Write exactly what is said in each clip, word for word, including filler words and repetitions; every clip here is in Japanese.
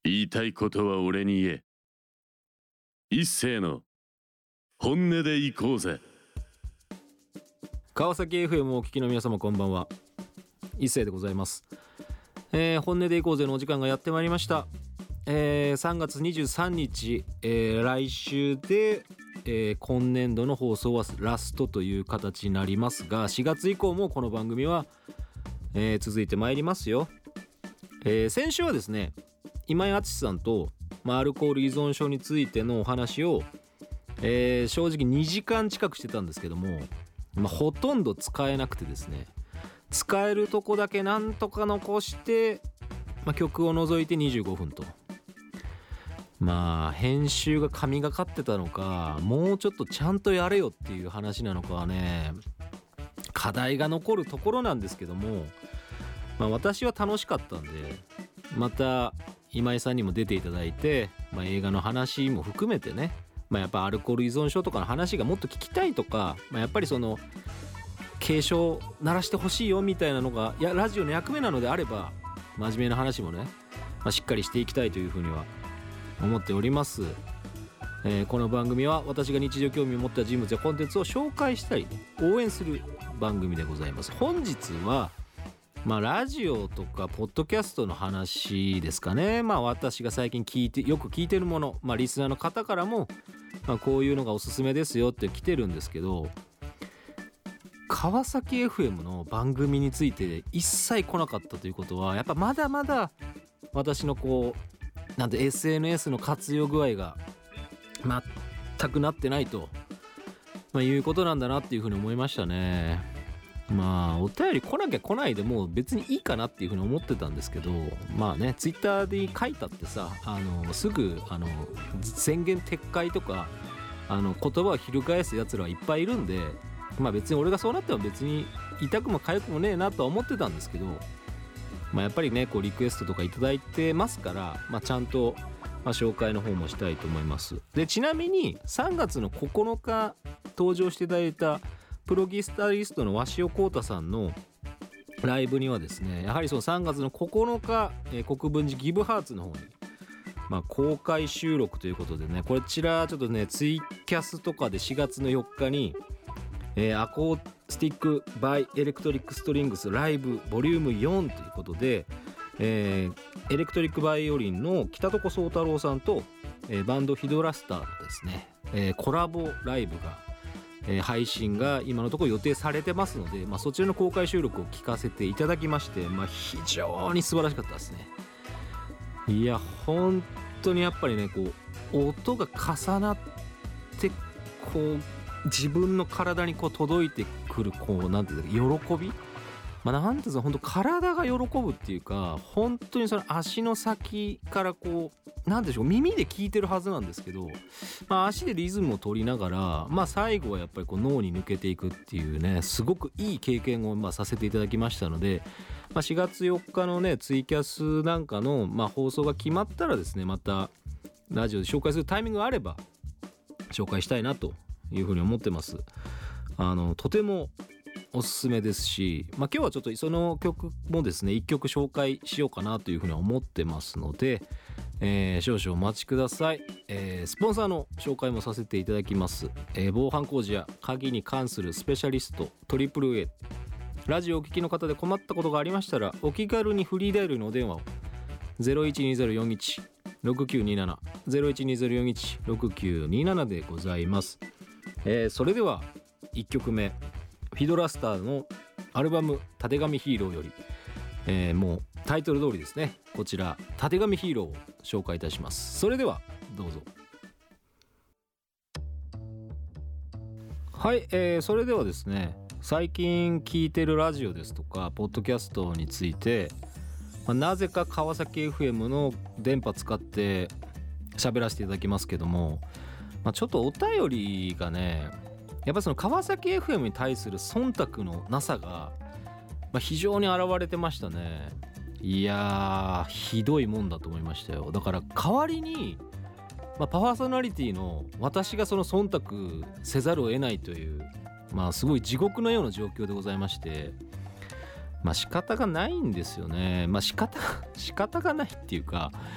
言いたいことは俺に言え。一斉の本音で行こうぜ。 川崎 エフエム をお聞きの皆様、こんばんは。一斉でございます。えー、本音で行こうぜのお時間がやってまいりました。えー、さんがつにじゅうさんにち、えー、来週で、えー、今年度の放送はラストという形になりますが、しがつ以降もこの番組は、えー、続いてまいりますよ。えー、先週はですね、今井敦さんと、まあ、アルコール依存症についてのお話を、えー、正直にじかん近くしてたんですけども、まあ、ほとんど使えなくてですね、使えるとこだけなんとか残して、まあ、曲を除いてにじゅうごふんと、まあ編集が神がかってたのか、もうちょっとちゃんとやれよっていう話なのかはね、課題が残るところなんですけども、まあ、私は楽しかったんで、また今井さんにも出ていただいて、まあ、映画の話も含めてね、まあ、やっぱアルコール依存症とかの話がもっと聞きたいとか、まあ、やっぱりその警鐘鳴らしてほしいよみたいなのが、いやラジオの役目なのであれば、真面目な話もね、まあ、しっかりしていきたいというふうには思っております。えー、この番組は私が日常興味を持った人物やコンテンツを紹介したり応援する番組でございます。本日はまあラジオとかポッドキャストの話ですかね。まあ私が最近聞いてよく聞いてるもの、まあリスナーの方からも、まあ、こういうのがおすすめですよって来てるんですけど、川崎 エフエム の番組について一切来なかったということは、やっぱまだまだ私のこうなんて エスエヌエス の活用具合が全くなってないと、まあ、いうことなんだなっていうふうに思いましたね。まあお便り来なきゃ来ないでもう別にいいかなっていうふうに思ってたんですけど、まあねツイッターで書いたってさ、あのすぐあの宣言撤回とかあの言葉を翻すやつらはいっぱいいるんで、まあ別に俺がそうなっても別に痛くも痒くもねえなとは思ってたんですけど、まあやっぱりねこうリクエストとかいただいてますから、まあちゃんとまあ紹介の方もしたいと思います。でちなみにさんがつのここのか登場していただいたプロギタリストの鷲尾浩太さんのライブにはですね、やはりそのさんがつのここのか、えー、国分寺ギブハーツの方に、まあ、公開収録ということでね、こちらちょっとねツイキャスとかでしがつのよっかに、えー、アコースティックバイエレクトリックストリングスライブボリュームよんということで、えー、エレクトリックバイオリンの北床宗太郎さんと、えー、バンドヒドラスターのですね、えー、コラボライブがえー、配信が今のところ予定されてますので、まあ、そちらの公開収録を聞かせていただきまして、まあ、非常に素晴らしかったですね。いや本当にやっぱりねこう音が重なってこう自分の体にこう届いてくるこうなんていうの喜び、まあ、なんていうの本当体が喜ぶっていうか、本当にその足の先からこうなんでしょう耳で聞いてるはずなんですけど、まあ、足でリズムを取りながら、まあ、最後はやっぱりこう脳に抜けていくっていうね、すごくいい経験をまあさせていただきましたので、まあ、しがつよっかのねツイキャスなんかのまあ放送が決まったらですね、またラジオで紹介するタイミングがあれば紹介したいなというふうに思ってます。あのとてもおすすめですし、まあ、今日はちょっとその曲もですねいっきょく紹介しようかなというふうに思ってますので、えー、少々お待ちください。えー、スポンサーの紹介もさせていただきます。えー、防犯工事や鍵に関するスペシャリストトリプル A、 ラジオをお聞きの方で困ったことがありましたらお気軽にフリーダイヤルのお電話を ゼロいちにゼロよんいちろくきゅうになな ゼロいちにゼロよんいちろくきゅうになな でございます。えー、それではいっきょくめ、フィドラスターのアルバムたてがみヒーローより、えー、もうタイトル通りですね、こちらたてがみヒーローを紹介いたします。それではどうぞ。はい、えー、それではですね、最近聞いてるラジオですとかポッドキャストについて、まあ、なぜか川崎 エフエム の電波使って喋らせていただきますけども、まあ、ちょっとお便りがね、やっぱりその川崎 エフエム に対する忖度のなさが、まあ、非常に現れてましたね。いやーひどいもんだと思いましたよ。だから代わりに、まあ、パーソナリティの私がその忖度せざるを得ないという、まあすごい地獄のような状況でございまして、まあ仕方がないんですよね。まあ仕方仕方がないっていうか、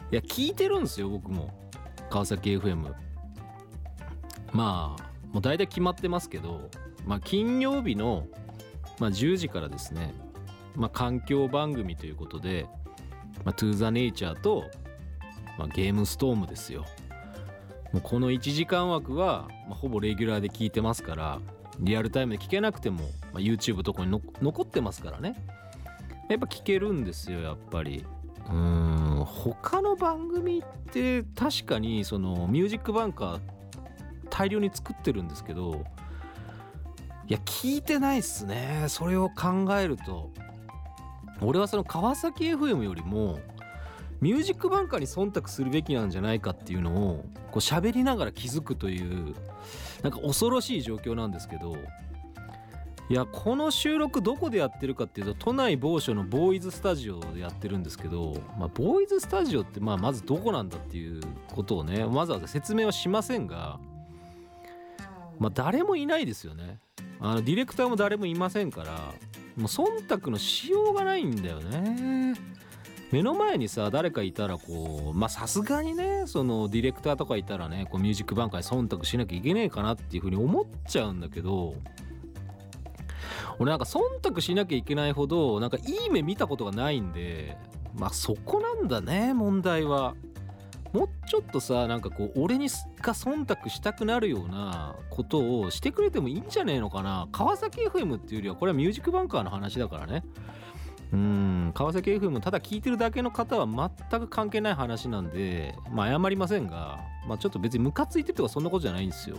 いや聞いてるんですよ僕も川崎 エフエム。まあもう大体決まってますけど、まあ金曜日の、まあ、じゅうじからですね、まあ環境番組ということで、まあ、トゥーザネイチャーと、まあ、ゲームストームですよ。もうこのいちじかん枠は、まあ、ほぼレギュラーで聞いてますから、リアルタイムで聞けなくても、まあ、YouTube とかにの残ってますからね。やっぱ聞けるんですよやっぱり。うーん他の番組って確かにそのミュージックバンカー大量に作ってるんですけど、いや聞いてないっすね。それを考えると俺はその川崎 エフエム よりもミュージックバンカーに忖度するべきなんじゃないかっていうのをこう喋りながら気づくというなんか恐ろしい状況なんですけど、いやこの収録どこでやってるかっていうと都内某所のボーイズスタジオでやってるんですけど、まあ、ボーイズスタジオってまあまずどこなんだっていうことをねわざわざ説明はしませんが、まあ誰もいないですよね。あのディレクターも誰もいませんから、もう忖度のしようがないんだよね。目の前にさ誰かいたらこうまあさすがにねそのディレクターとかいたらねこうミュージックバンカーに忖度しなきゃいけねえかなっていう風に思っちゃうんだけど、俺なんか忖度しなきゃいけないほどなんかいい目見たことがないんで、まあそこなんだね問題は。もうちょっとさなんかこう俺にが忖度したくなるようなことをしてくれてもいいんじゃねえのかな。川崎 エフエム っていうよりはこれはミュージックバンカーの話だからね。うーん川崎 エフエム ただ聞いてるだけの方は全く関係ない話なんで、まあ謝りませんが、まあちょっと別にムカついてるとかそんなことじゃないんですよ。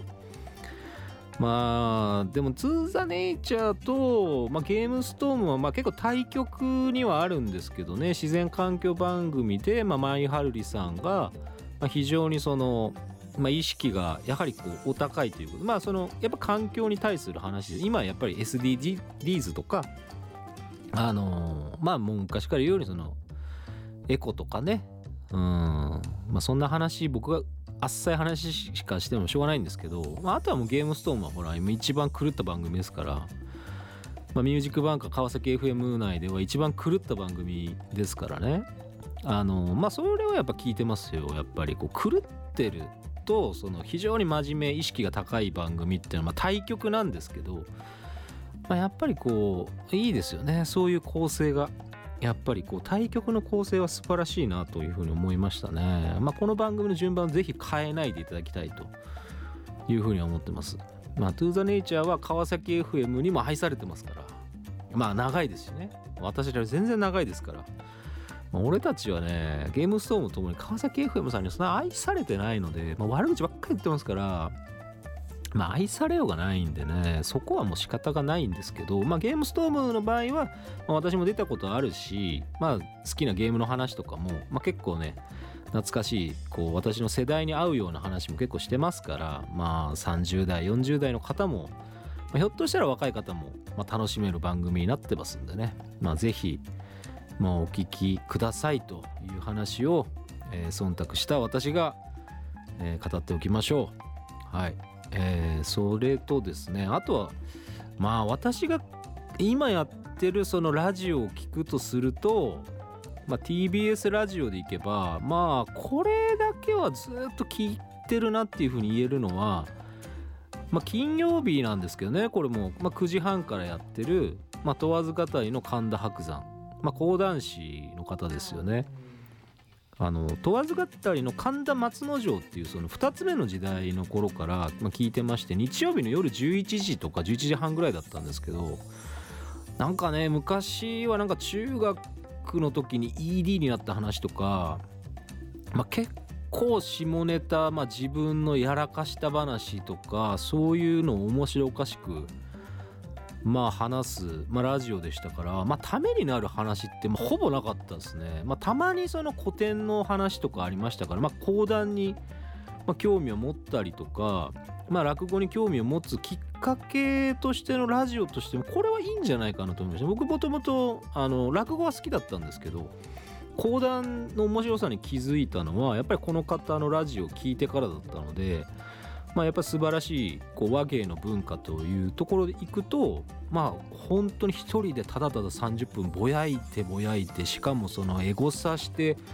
まあでもトゥーザネイチャーと、まあ、ゲームストームはまあ結構対極にはあるんですけどね。自然環境番組で、まあ、マイハルリさんが、まあ、非常にその、まあ、意識がやはりこうお高いということ、まあそのやっぱ環境に対する話で、今やっぱり エスディージーズ とかあのー、まあもう昔から言うようにそのエコとかね、うんまあそんな話僕があっさい話しかしてもしょうがないんですけど、まあ、あとはもうゲームストームはほら今一番狂った番組ですから、まあ、ミュージックバンカー川崎 エフエム 内では一番狂った番組ですからね。あのまあそれはやっぱ聞いてますよ。やっぱりこう狂ってるとその非常に真面目意識が高い番組っていうのはまあ対極なんですけど、まあ、やっぱりこういいですよねそういう構成が。やっぱりこう対局の構成は素晴らしいなというふうに思いましたね。まあこの番組の順番をぜひ変えないでいただきたいというふうに思ってます。まあトゥーザネイチャーは川崎 エフエム にも愛されてますから、まあ長いですしね。私ら全然長いですから、まあ、俺たちはねゲームストームともに川崎 エフエム さんにそんな愛されてないので、まあ、悪口ばっかり言ってますから、まあ愛されようがないんでね、そこはもう仕方がないんですけど、まあゲームストームの場合は、まあ、私も出たことあるし、まあ好きなゲームの話とかも、まあ結構ね懐かしいこう私の世代に合うような話も結構してますから、まあさんじゅう代よんじゅう代の方も、まあ、ひょっとしたら若い方も、まあ、楽しめる番組になってますんでね、まあぜひ、まあ、お聞きくださいという話を、えー、忖度した私が、えー、語っておきましょう。はい。えー、それとですね、あとはまあ私が今やってるそのラジオを聞くとすると、まあ、ティービーエス ラジオでいけばまあこれだけはずっと聞いてるなっていうふうに言えるのは、まあ、金曜日なんですけどね、これも、まあ、くじはんからやってる、まあ、問わず語りの神田伯山、まあ、講談師の方ですよね。あの問わず語りの神田松之丞っていうそのふたつめの時代の頃から、まあ、聞いてまして、日曜日の夜じゅういちじとかじゅういちじはんぐらいだったんですけど、なんかね昔はなんか中学の時に イーディー になった話とか、まあ、結構下ネタ、まあ、自分のやらかした話とかそういうのを面白おかしくまあ話す、まあ、ラジオでしたから、まあためになる話ってまあほぼなかったですね。まあたまにその古典の話とかありましたから、まあ講談にまあ興味を持ったりとか、まあ落語に興味を持つきっかけとしてのラジオとしてもこれはいいんじゃないかなと思いました。僕もともとあの落語は好きだったんですけど、講談の面白さに気づいたのはやっぱりこの方のラジオを聞いてからだったので、まあ、やっぱり素晴らしいこう和芸の文化というところでいくと、まあ本当に一人でただたださんじゅっぷんぼやいてぼやいて、しかもそのエゴサして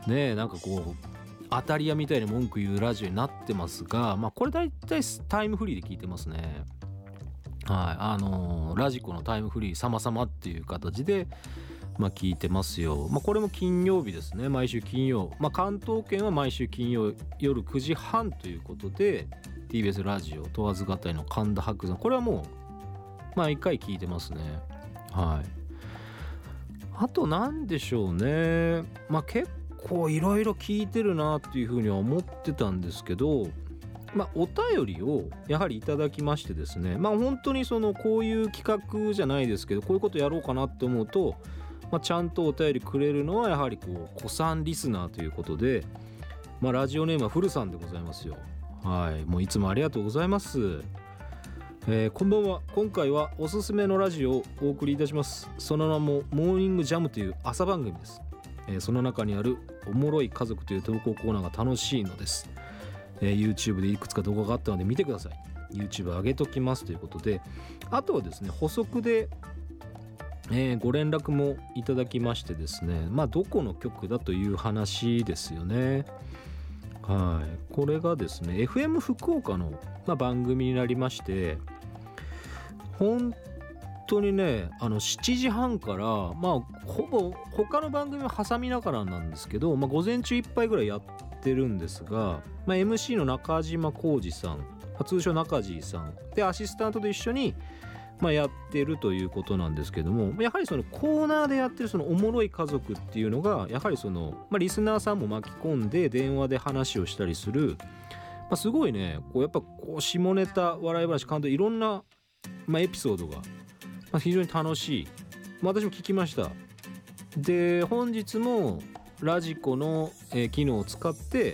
ねえなんかこう当たり屋みたいに文句言うラジオになってますが、まあこれ大体タイムフリーで聞いてますね。はい、あのー、ラジコのタイムフリー様々っていう形でまあ聞いてますよ。まあこれも金曜日ですね、毎週金曜。まあ関東圏は毎週金曜夜くじはんということで ティービーエス ラジオ問わず語りの神田伯山、これはもう毎回聞いてますね。はい。あとなんでしょうね、まあ結構こういろいろ聞いてるなっていうふうには思ってたんですけど、まあお便りをやはりいただきましてですね、まあ本当にそのこういう企画じゃないですけどこういうことやろうかなって思うと、まあ、ちゃんとお便りくれるのはやはりこう古参リスナーということで、まあラジオネームはフルさんでございますよ。はい、もういつもありがとうございます。えー、こんばんは。今回はおすすめのラジオをお送りいたします。その名もモーニングジャムという朝番組です。えー、その中にあるおもろい家族という投稿コーナーが楽しいのです。えー、YouTube でいくつか動画があったので見てください。 YouTube 上げときますということで、あとはですね補足で、えー、ご連絡もいただきましてですね、まあどこの局だという話ですよね。はい、これがですね エフエム 福岡の、まあ、番組になりまして、本当にねあのしちじはんからまあほぼ他の番組を挟みながらなんですけど、まあ、午前中いっぱいぐらいやってるんですが、まあ、エムシー の中島浩二さん、通称中地さんでアシスタントと一緒に、まあ、やってるということなんですけども、やはりそのコーナーでやってるそのおもろい家族っていうのがやはりその、まあ、リスナーさんも巻き込んで電話で話をしたりする、まあ、すごいねこうやっぱこう下ネタ笑い話感動いろんな、まあ、エピソードがまあ、非常に楽しい、まあ、私も聞きました。で本日もラジコの、えー、機能を使って、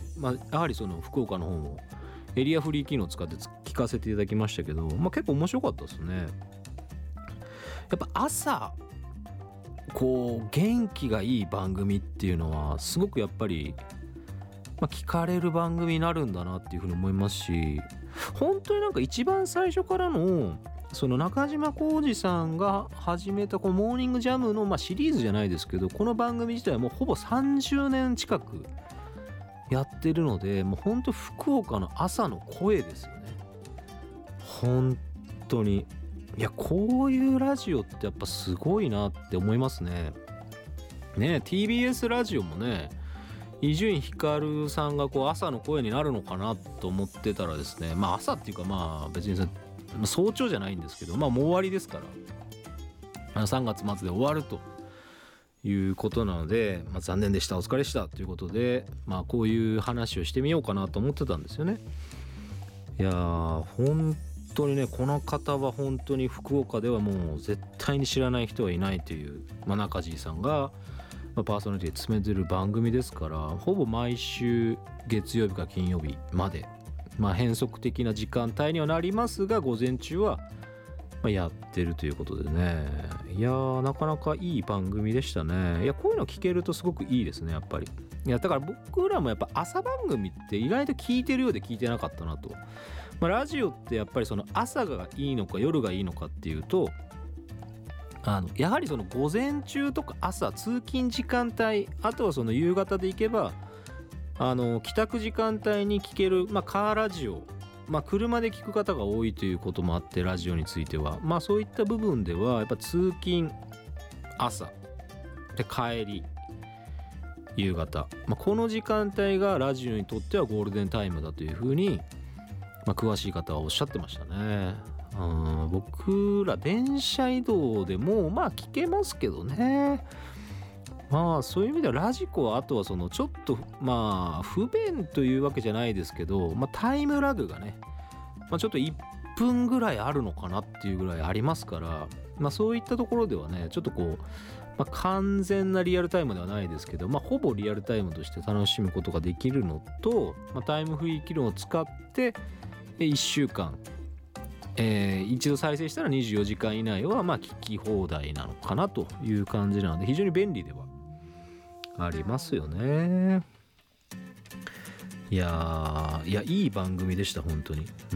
まあ、やはりその福岡の方もエリアフリー機能を使って聞かせていただきましたけど、まあ、結構面白かったですね。やっぱ朝こう元気がいい番組っていうのはすごくやっぱり、まあ、聞かれる番組になるんだなっていうふうに思いますし、本当になんか一番最初からのその中島浩二さんが始めたこのモーニングジャムの、まあ、シリーズじゃないですけど、この番組自体はもうほぼさんじゅうねん近くやってるので、もう本当福岡の朝の声ですよね。本当にいやこういうラジオってやっぱすごいなって思いますね。ね ティービーエス ラジオもね伊集院光さんがこう朝の声になるのかなと思ってたらですね、まあ朝っていうかまあ別に早朝じゃないんですけど、まあもう終わりですからさんがつ末で終わるということなので、まあ、残念でしたお疲れしたということで、まあこういう話をしてみようかなと思ってたんですよね。いやー本当にねこの方は本当に福岡ではもう絶対に知らない人はいないという、まあ、中地さんが、まあ、パーソナリティで詰めてる番組ですから、ほぼ毎週月曜日か金曜日まで、まあ、変則的な時間帯にはなりますが午前中はやってるということでね、いやーなかなかいい番組でしたね。いやこういうの聞けるとすごくいいですねやっぱり。いやだから僕らもやっぱ朝番組って意外と聞いてるようで聞いてなかったなと。まあ、ラジオってやっぱりその朝がいいのか夜がいいのかっていうと、あのやはりその午前中とか朝通勤時間帯、あとはその夕方で行けばあの帰宅時間帯に聞ける、まあ、カーラジオ、まあ、車で聞く方が多いということもあって、ラジオについてはまあそういった部分ではやっぱ通勤朝で帰り夕方、まあ、この時間帯がラジオにとってはゴールデンタイムだというふうに、まあ、詳しい方はおっしゃってましたね。うん、僕ら電車移動でもまあ聞けますけどね。まあそういう意味ではラジコはあとはそのちょっとまあ不便というわけじゃないですけど、まあタイムラグがね、まあ、ちょっといっぷんぐらいあるのかなっていうぐらいありますから、まあそういったところではねちょっとこう、まあ、完全なリアルタイムではないですけど、まあほぼリアルタイムとして楽しむことができるのと、まあ、タイムフリー機能を使っていっしゅうかん、えー、一度再生したらにじゅうよじかん以内はまあ聞き放題なのかなという感じなので、非常に便利ではありますよね。いやーいやいい番組でした本当に。うん、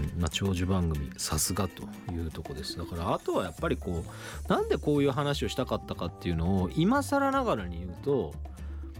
まあ長寿番組さすがというとこです。だからあとはやっぱりこうなんでこういう話をしたかったかっていうのを今更ながらに言うと、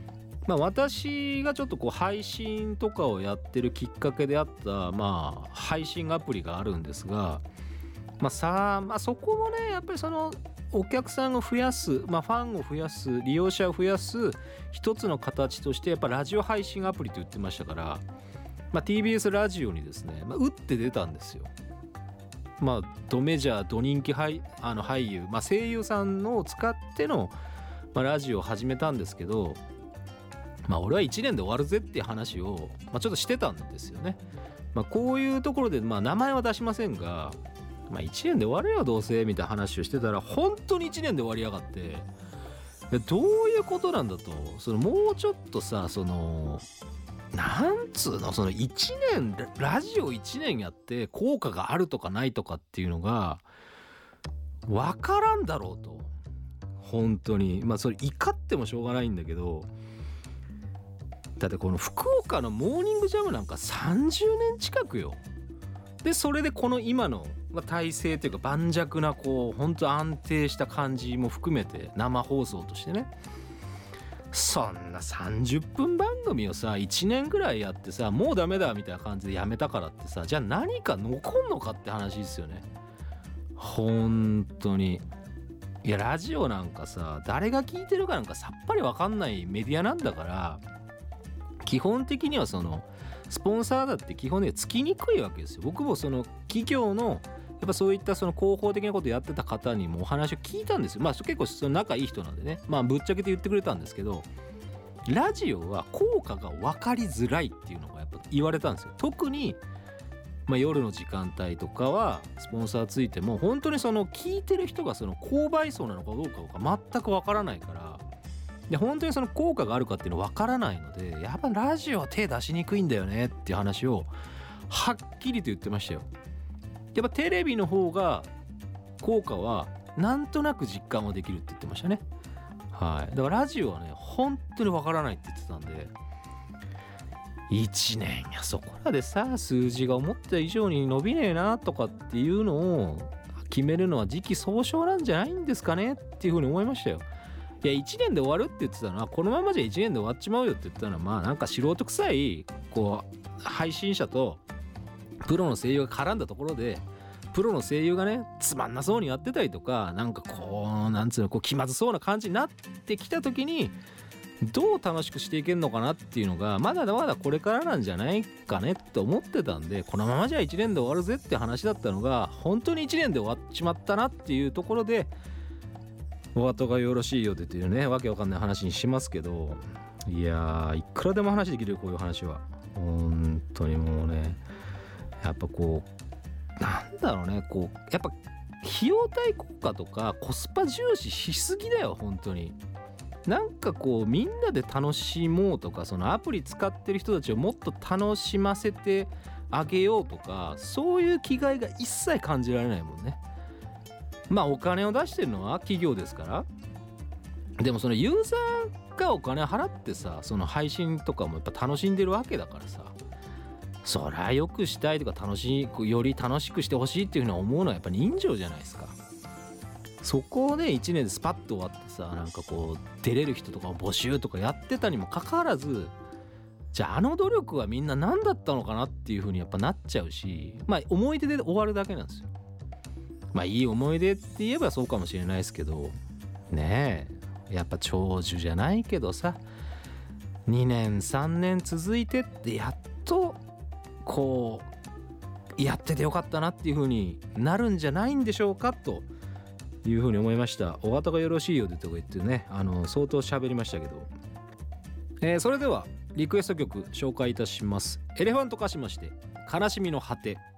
まあ私がちょっとこう配信とかをやってるきっかけであったまあ配信アプリがあるんですが、まあさあ、まあそこもねやっぱりそのお客さんを増やす、まあファンを増やす、利用者を増やす一つの形としてやっぱラジオ配信アプリと言ってましたから、まあ ティービーエス ラジオにですね、まあ、打って出たんですよ。まあドメジャード人気俳、あの俳優、まあ声優さんのを使っての、まあ、ラジオを始めたんですけど、まあ俺はいちねんで終わるぜっていう話を、まあ、ちょっとしてたんですよね。まあこういうところでまあ名前は出しませんが、まあいちねんで終わるよどうせみたいな話をしてたら本当にいちねんで終わりやがって、どういうことなんだと、そのもうちょっとさ、そのなんつうの、そのいちねんラジオいちねんやって効果があるとかないとかっていうのが分からんだろうと。本当にまあそれ怒ってもしょうがないんだけど、だってこの福岡のモーニングジャムなんかさんじゅうねん近くよ。でそれでこの今の体制というか盤石なこう本当安定した感じも含めて生放送としてね、そんなさんじゅっぷん番組をさいちねんぐらいやってさもうダメだみたいな感じでやめたからってさ、じゃあ何か残んのかって話ですよね。本当にいやラジオなんかさ誰が聞いてるかなんかさっぱり分かんないメディアなんだから、基本的にはそのスポンサーだって基本的にはつきにくいわけですよ。僕もその企業のやっぱそういったその広報的なことやってた方にもお話を聞いたんですよ。まあ結構その仲いい人なんでね、まあぶっちゃけて言ってくれたんですけど、ラジオは効果が分かりづらいっていうのがやっぱ言われたんですよ。特にまあ夜の時間帯とかはスポンサーついても本当にその聞いてる人がその購買層なのかどうかが全く分からないから、で本当にその効果があるかっていうの分からないので、やっぱラジオは手出しにくいんだよねっていう話をはっきりと言ってましたよ。やっぱテレビの方が効果はなんとなく実感はできるって言ってましたね。はい。だからラジオはね本当に分からないって言ってたんで、いちねんやそこらでさ数字が思った以上に伸びねえなとかっていうのを決めるのは時期尚早なんじゃないんですかねっていうふうに思いましたよ。いやいちねんで終わるって言ってたのは、このままじゃいちねんで終わっちまうよって言ったのは、まあなんか素人臭いこう配信者とプロの声優が絡んだところで、プロの声優がねつまんなそうにやってたりとか、なんかこうなんつうのこう気まずそうな感じになってきた時にどう楽しくしていけるのかなっていうのがまだまだこれからなんじゃないかねって思ってたんで、このままじゃいちねんで終わるぜって話だったのが本当にいちねんで終わっちまったなっていうところで、お後がよろしいようでというねわけわかんない話にしますけど、いやーいくらでも話できるよこういう話は。本当にもうねやっぱこうなんだろうね、こうやっぱ費用対効果とかコスパ重視しすぎだよ本当に。なんかこうみんなで楽しもうとか、そのアプリ使ってる人たちをもっと楽しませてあげようとか、そういう気概が一切感じられないもんね。まあお金を出してるのは企業ですから、でもそのユーザーがお金払ってさその配信とかもやっぱ楽しんでるわけだからさ、そりゃよくしたいとか楽しいより楽しくしてほしいっていうふうに思うのはやっぱ人情じゃないですか。そこをねいちねんでスパッと終わってさ、なんかこう出れる人とか募集とかやってたにもかかわらず、じゃああの努力はみんな何だったのかなっていう風にやっぱなっちゃうし、まあ思い出で終わるだけなんですよ。まあいい思い出って言えばそうかもしれないですけどねえ、やっぱ長寿じゃないけどさにねんさんねん続いてってやっとこうやっててよかったなっていう風になるんじゃないんでしょうかという風に思いました。お後がよろしいようでとか言ってね、あの相当喋りましたけど、えー、それではリクエスト曲紹介いたします。エレファント化しまして悲しみの果て。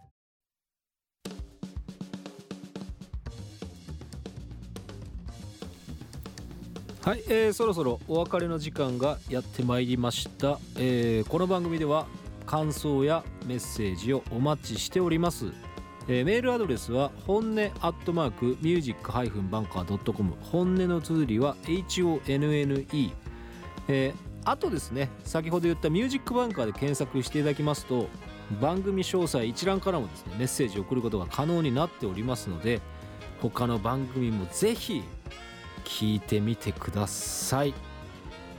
はい、えー、そろそろお別れの時間がやってまいりました。えー、この番組では感想やメッセージをお待ちしております。えー、メールアドレスは本音アットマークミュージックハイフンバンカードットコム、本音の綴りは エイチオーエヌエヌイー、えー、あとですね先ほど言ったミュージックバンカーで検索していただきますと番組詳細一覧からもですねメッセージを送ることが可能になっておりますので、他の番組もぜひ聞いてみてください。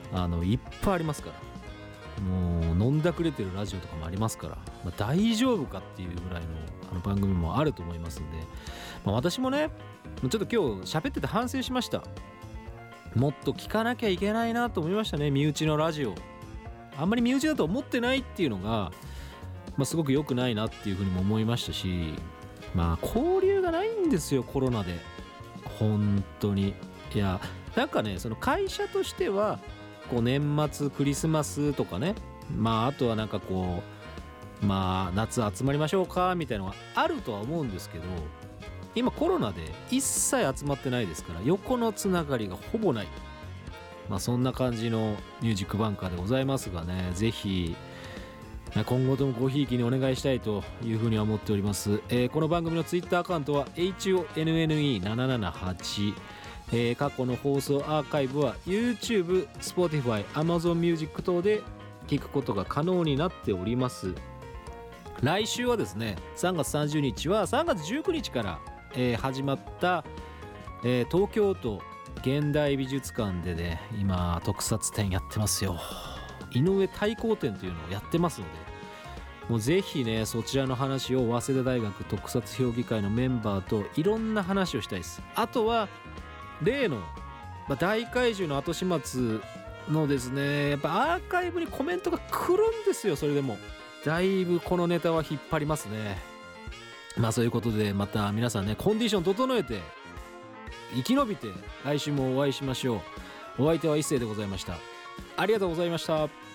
あのいっぱいありますから、もう飲んだくれてるラジオとかもありますから、まあ、大丈夫かっていうぐらいのあの番組もあると思いますんで、まあ、私もねちょっと今日喋ってて反省しました。もっと聞かなきゃいけないなと思いましたね。身内のラジオあんまり身内だと思ってないっていうのが、まあ、すごく良くないなっていうふうにも思いましたし、まあ交流がないんですよコロナで本当に。いやなんかね、その会社としてはこう年末クリスマスとかね、まああとはなんかこうまあ夏集まりましょうかみたいなのがあるとは思うんですけど、今コロナで一切集まってないですから、横のつながりがほぼない。まあそんな感じのミュージックバンカーでございますがね、ぜひ今後ともごひいきにお願いしたいというふうに思っております。えー、この番組のツイッターアカウントは エイチオーエヌエヌイーななななはち、えー、過去の放送アーカイブは YouTube、Spotify、Amazon Music 等で聞くことが可能になっております。来週はですね、さんがつさんじゅうにちはさんがつじゅうくにちから、えー、始まった、えー、東京都現代美術館でね、今特撮展やってますよ。井上太閤展というのをやってますので、もうぜひねそちらの話を早稲田大学特撮評議会のメンバーといろんな話をしたいです。あとは例の、まあ、大怪獣の後始末のですね、やっぱアーカイブにコメントが来るんですよ。それでもだいぶこのネタは引っ張りますね。まあそういうことで、また皆さんねコンディション整えて生き延びて来週もお会いしましょう。お相手は一世でございました。ありがとうございました。